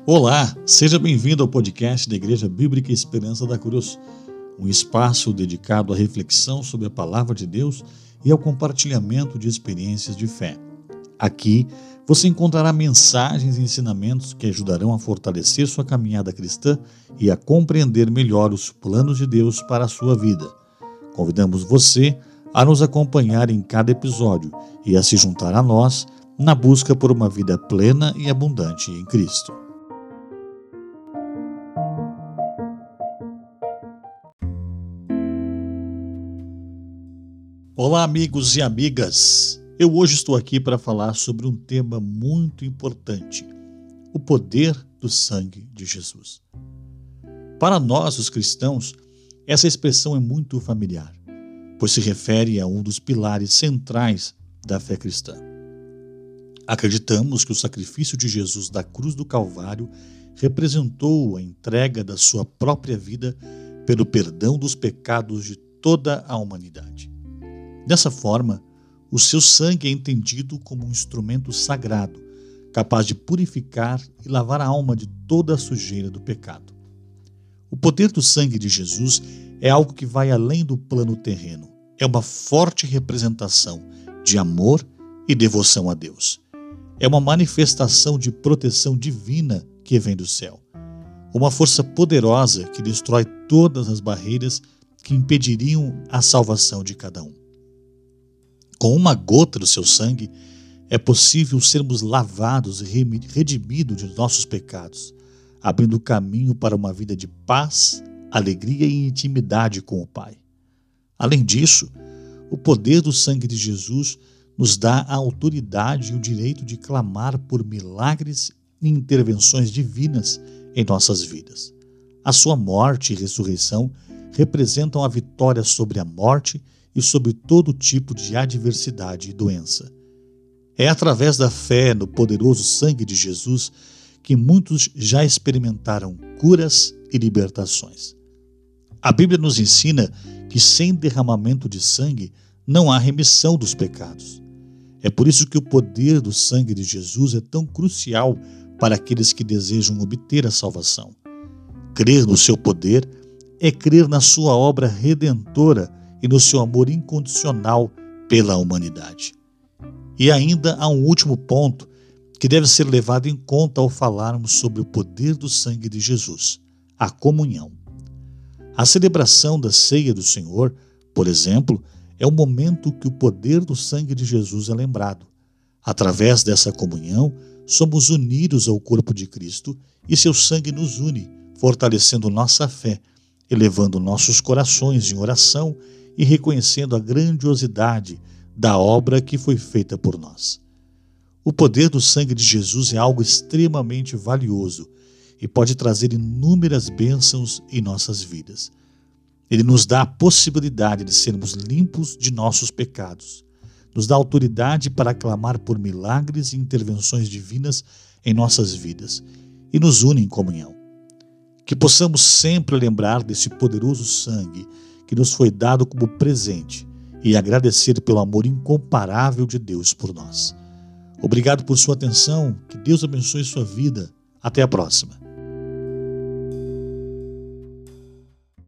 Olá, seja bem-vindo ao podcast da Igreja Bíblica Esperança da Cruz, um espaço dedicado à reflexão sobre a Palavra de Deus e ao compartilhamento de experiências de fé. Aqui você encontrará mensagens e ensinamentos que ajudarão a fortalecer sua caminhada cristã e a compreender melhor os planos de Deus para a sua vida. Convidamos você a nos acompanhar em cada episódio e a se juntar a nós na busca por uma vida plena e abundante em Cristo. Olá, amigos e amigas! Eu hoje estou aqui para falar sobre um tema muito importante: o poder do sangue de Jesus. Para nós, os cristãos, essa expressão é muito familiar, pois se refere a um dos pilares centrais da fé cristã. Acreditamos que o sacrifício de Jesus da cruz do Calvário representou a entrega da sua própria vida pelo perdão dos pecados de toda a humanidade. Dessa forma, o seu sangue é entendido como um instrumento sagrado, capaz de purificar e lavar a alma de toda a sujeira do pecado. O poder do sangue de Jesus é algo que vai além do plano terreno. É uma forte representação de amor e devoção a Deus. É uma manifestação de proteção divina que vem do céu. Uma força poderosa que destrói todas as barreiras que impediriam a salvação de cada um. Com uma gota do seu sangue, é possível sermos lavados e redimidos de nossos pecados, abrindo caminho para uma vida de paz, alegria e intimidade com o Pai. Além disso, o poder do sangue de Jesus nos dá a autoridade e o direito de clamar por milagres e intervenções divinas em nossas vidas. A sua morte e ressurreição representam a vitória sobre a morte e sobre todo tipo de adversidade e doença. É através da fé no poderoso sangue de Jesus que muitos já experimentaram curas e libertações. A Bíblia nos ensina que sem derramamento de sangue não há remissão dos pecados. É por isso que o poder do sangue de Jesus é tão crucial para aqueles que desejam obter a salvação. Crer no seu poder é crer na sua obra redentora e no seu amor incondicional pela humanidade. E ainda há um último ponto que deve ser levado em conta ao falarmos sobre o poder do sangue de Jesus: a comunhão. A celebração da ceia do Senhor, por exemplo, é o momento que o poder do sangue de Jesus é lembrado. Através dessa comunhão, somos unidos ao corpo de Cristo e seu sangue nos une, fortalecendo nossa fé, elevando nossos corações em oração e reconhecendo a grandiosidade da obra que foi feita por nós. O poder do sangue de Jesus é algo extremamente valioso e pode trazer inúmeras bênçãos em nossas vidas. Ele nos dá a possibilidade de sermos limpos de nossos pecados, nos dá autoridade para clamar por milagres e intervenções divinas em nossas vidas e nos une em comunhão. Que possamos sempre lembrar desse poderoso sangue que nos foi dado como presente e agradecer pelo amor incomparável de Deus por nós. Obrigado por sua atenção, que Deus abençoe sua vida. Até a próxima.